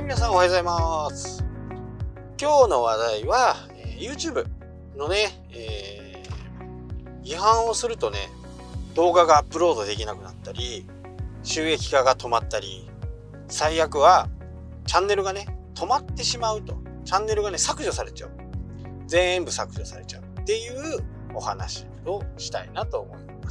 皆さんおはようございます。今日の話題は、YouTube のね、違反をするとね、動画がアップロードできなくなったり、収益化が止まったり、最悪はチャンネルがね、止まってしまうと。チャンネルがね、削除されちゃう。全部削除されちゃうっていうお話をしたいなと思います。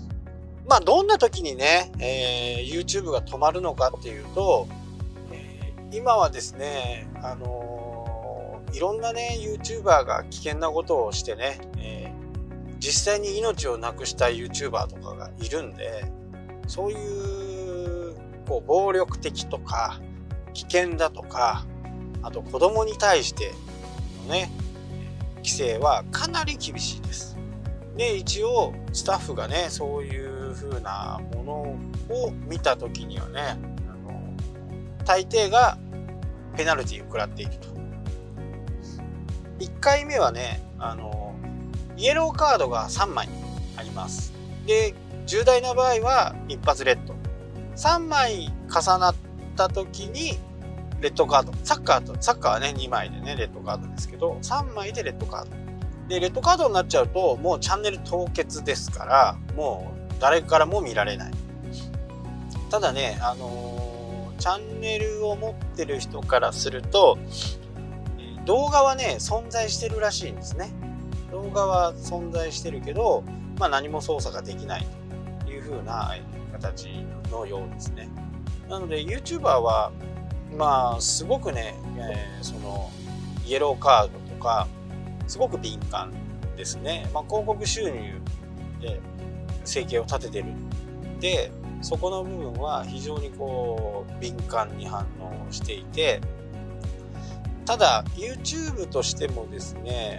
まあ、どんな時にね、YouTube が止まるのかっていうと、今はですね、いろんなね、YouTuber が危険なことをしてね、実際に命をなくした YouTuber とかがいるんで、そういう暴力的とか危険だとか、あと子供に対してのね、規制はかなり厳しいです。で、一応スタッフがね、そういう風なものを見た時にはね、大抵がペナルティを食らっていると。1回目はね、イエローカードが3枚あります。で、重大な場合は一発レッド。3枚重なった時にレッドカード。サッカーはね、2枚でね、レッドカードですけど、3枚でレッドカード。で、レッドカードになっちゃうと、もうチャンネル凍結ですから、もう誰からも見られない。ただね、チャンネルを持ってる人からすると、動画はね、存在してるらしいんですね。動画は存在してるけど、まあ何も操作ができないという風な形のようですね。なので YouTuber は、まあすごくね、そのイエローカードとか、すごく敏感ですね。まあ広告収入で生計を立ててるんで、そこの部分は非常に敏感に反応していて、ただ YouTube としてもですね、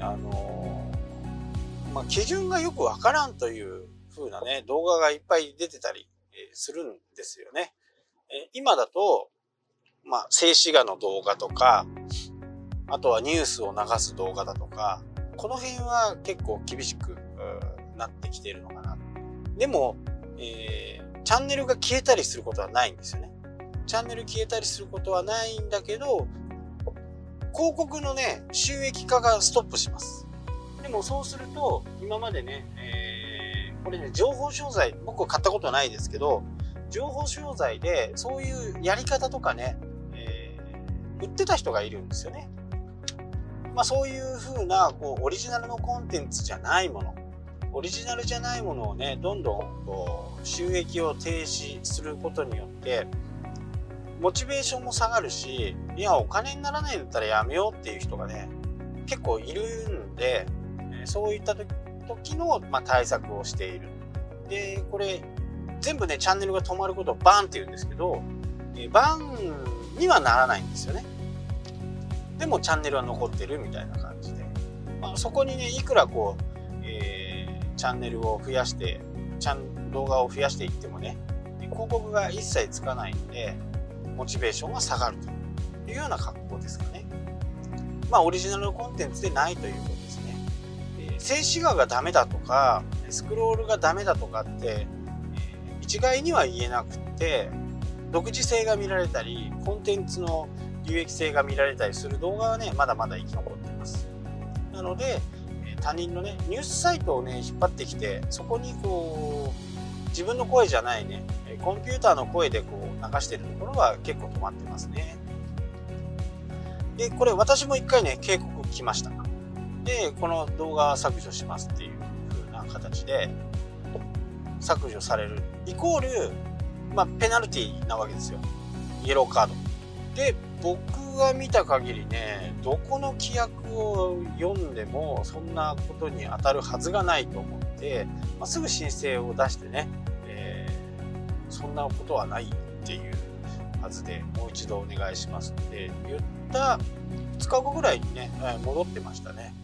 基準がよくわからんという風なね、動画がいっぱい出てたりするんですよね。今だと、静止画の動画とか、あとはニュースを流す動画だとか、この辺は結構厳しくなってきているのかな。でも、チャンネルが消えたりすることはないんですよね。チャンネル消えたりすることはないんだけど、広告のね、収益化がストップします。でもそうすると、今までね、これね、情報商材、僕は買ったことないですけど、情報商材でそういうやり方とかね、売ってた人がいるんですよね。そういう風な、オリジナルのコンテンツじゃないもの、オリジナルじゃないものをね、どんどん収益を停止することによって、モチベーションも下がるし、いや、お金にならないんだったらやめようっていう人がね、結構いるんで、そういった時の対策をしている。で、これ、全部ね、チャンネルが止まることをバーンって言うんですけど、バンにはならないんですよね。でもチャンネルは残ってるみたいな感じで。そこにね、いくらチャンネルを増やして、動画を増やしていってもね、広告が一切つかないんで、モチベーションは下がるというような格好ですかね。オリジナルのコンテンツでないということですね。静止画がダメだとか、スクロールがダメだとかって、一概には言えなくて、独自性が見られたり、コンテンツの有益性が見られたりする動画はね、まだまだ生き残っています。なので、他人のね、ニュースサイトをね、引っ張ってきて、そこに自分の声じゃないね、コンピューターの声で流しているところは結構止まってますね。で、これ私も一回ね、警告来ました。で、この動画は削除しますっていう風な形で削除される。イコール、ペナルティなわけですよ。イエローカード。で、僕が見た限りね、どこの規約を読んでもそんなことに当たるはずがないと思って、すぐ申請を出してね、そんなことはないっていうはずで、もう一度お願いしますって言った2日後ぐらいにね、戻ってましたね。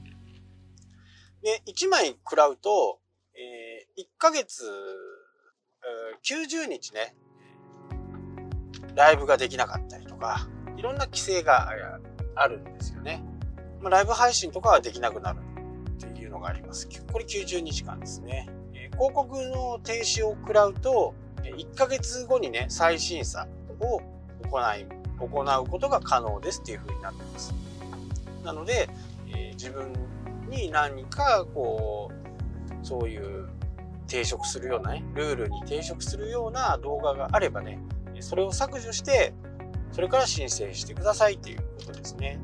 で、1枚食らうと、1ヶ月、90日ね、ライブができなかったりとか、いろんな規制があるんですよね。ライブ配信とかはできなくなるっていうのがあります。これ90日間ですね。広告の停止を食らうと、1ヶ月後にね、再審査を行い行うことが可能ですっていう風になってます。なので、自分に何かこうそういう抵触するようなね、ルールに抵触するような動画があればね、それを削除してそれから申請してくださいっていうことですね。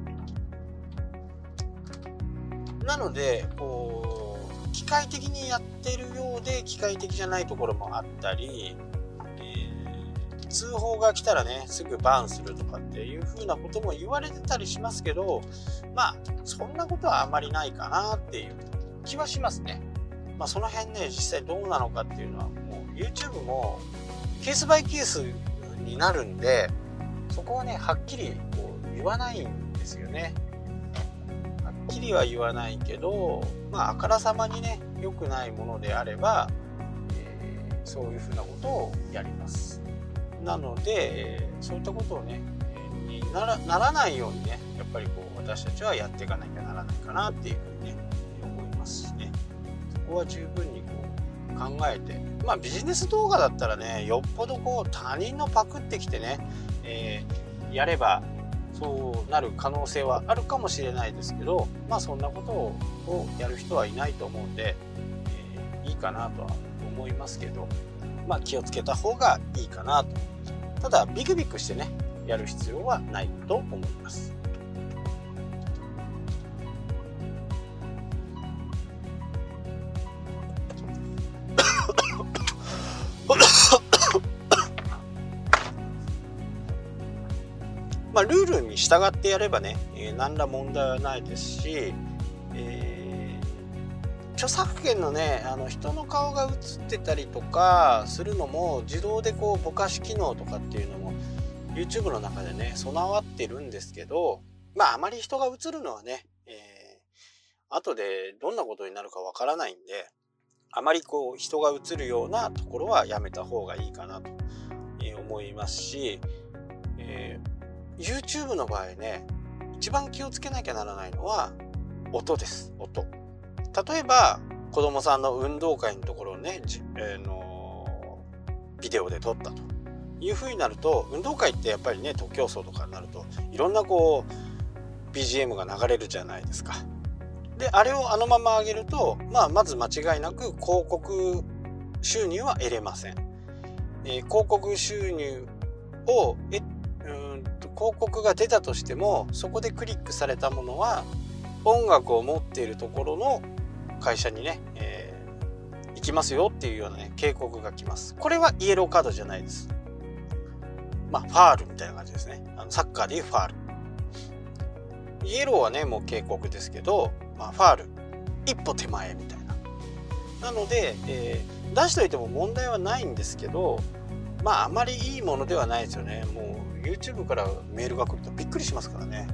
なのでこう機械的にやってるようで機械的じゃないところもあったり、通報が来たらねすぐバーンするとかっていう風なことも言われてたりしますけど、まあそんなことはあまりないかなっていう気はしますね。その辺ね実際どうなのかっていうのはもう YouTube もケースバイケースになるんで、そこはねはっきりこう言わないんですよね。はっきりは言わないけど、あからさまにね良くないものであれば、そういうふうなことをやります。なので、そういったことをね、にならないようにねやっぱりこう私たちはやっていかなきゃならないかなっていうふうにね思いますしね。そこは十分にこう考えて、ビジネス動画だったらねよっぽどこう他人のパクってきてね、やればそうなる可能性はあるかもしれないですけど、そんなことをやる人はいないと思うんで、いいかなとは思いますけど、気をつけた方がいいかなと。ただビクビクしてねやる必要はないと思います。ルールに従ってやればね、何ら問題はないですし、著作権のね人の顔が映ってたりとかするのも自動でこうぼかし機能とかっていうのも YouTube の中でね備わってるんですけど、あまり人が映るのはね、後でどんなことになるかわからないんで、あまりこう人が映るようなところはやめた方がいいかなと思いますし、YouTube の場合ね一番気をつけなきゃならないのは音です。音。例えば子供さんの運動会のところをね、ビデオで撮ったという風になると、運動会ってやっぱりね徒競走とかになるといろんなこう BGM が流れるじゃないですか。であれをあのまま上げると、まず間違いなく広告収入は得れません。広告収入を広告が出たとしてもそこでクリックされたものは音楽を持っているところの会社にね、行きますよっていうようなね警告が来ます。これはイエローカードじゃないです。ファールみたいな感じですね。サッカーでいうファール。イエローはねもう警告ですけど、ファール一歩手前みたいな。なので、出しといても問題はないんですけど、あまりいいものではないですよね。もう YouTube からメールが来るとびっくりしますからね。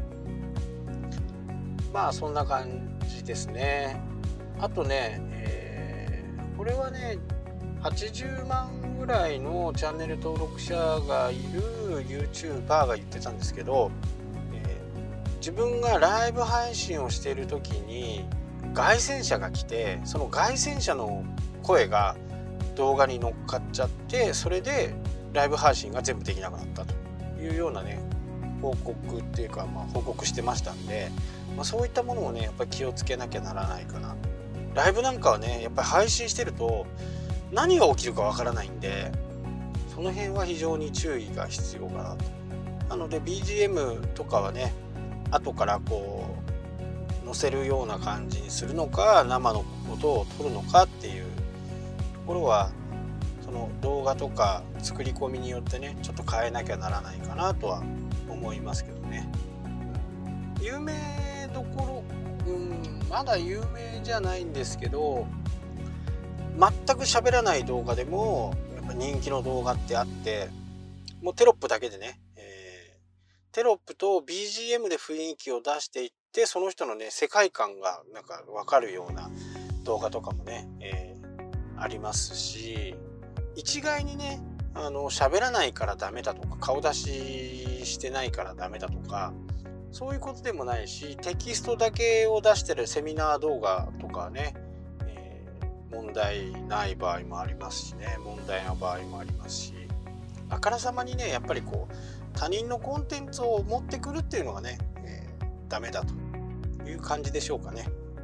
そんな感じですね。あとね、これはね80万ぐらいのチャンネル登録者がいる YouTuber が言ってたんですけど、自分がライブ配信をしている時に凱旋者が来て、その凱旋者の声が動画に乗っかっちゃって、それでライブ配信が全部できなくなったというようなね報告っていうか、報告してましたんで、そういったものをねやっぱり気をつけなきゃならないかな。ライブなんかはねやっぱり配信してると何が起きるかわからないんで、その辺は非常に注意が必要かなと。なので BGM とかはね後からこう載せるような感じにするのか、生の音を撮るのかっていうところはその動画とか作り込みによってねちょっと変えなきゃならないかなとは思いますけどね。有名どころ、まだ有名じゃないんですけど、全く喋らない動画でもやっぱ人気の動画ってあって、もうテロップだけでね、テロップと BGM で雰囲気を出していって、その人のね世界観がなんか分かるような動画とかもね、ありますし、一概にね喋らないからダメだとか、顔出ししてないからダメだとか、そういうことでもないし、テキストだけを出してるセミナー動画とかはね、問題ない場合もありますしね、問題な場合もありますし、あからさまにねやっぱりこう他人のコンテンツを持ってくるっていうのがね、ダメだという感じでしょうかね。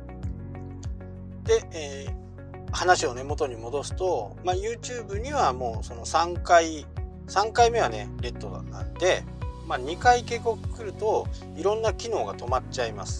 で、話をね元に戻すと、YouTube にはもうその3回目はねレッドなんで、2回警告来るといろんな機能が止まっちゃいます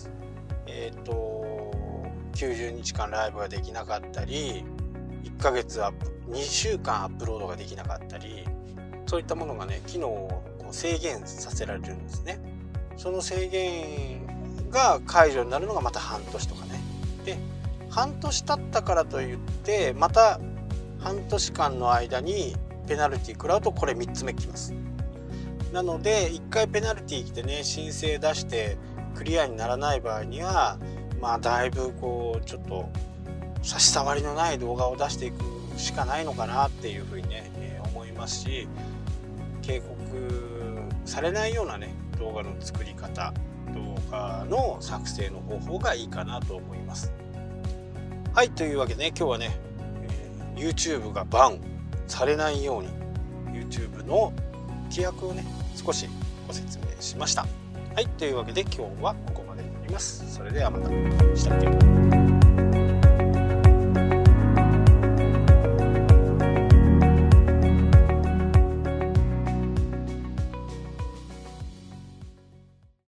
。90日間ライブができなかったり、1ヶ月2週間アップロードができなかったり、そういったものがね機能を制限させられるんですね。その制限が解除になるのがまた半年とかね。で半年経ったからといってまた半年間の間にペナルティ食らうとこれ3つ目きます。なので1回ペナルティ来てね申請出してクリアにならない場合にはだいぶちょっと差し障りのない動画を出していくしかないのかなっていうふうにね、思いますし、警告されないようなね動画の作り方、動画の作成の方法がいいかなと思います。はい、というわけでね今日はね、YouTube がバンされないように YouTube の規約をね少しご説明しました。はい、というわけで今日はここまでになります。それではまた。したっけ。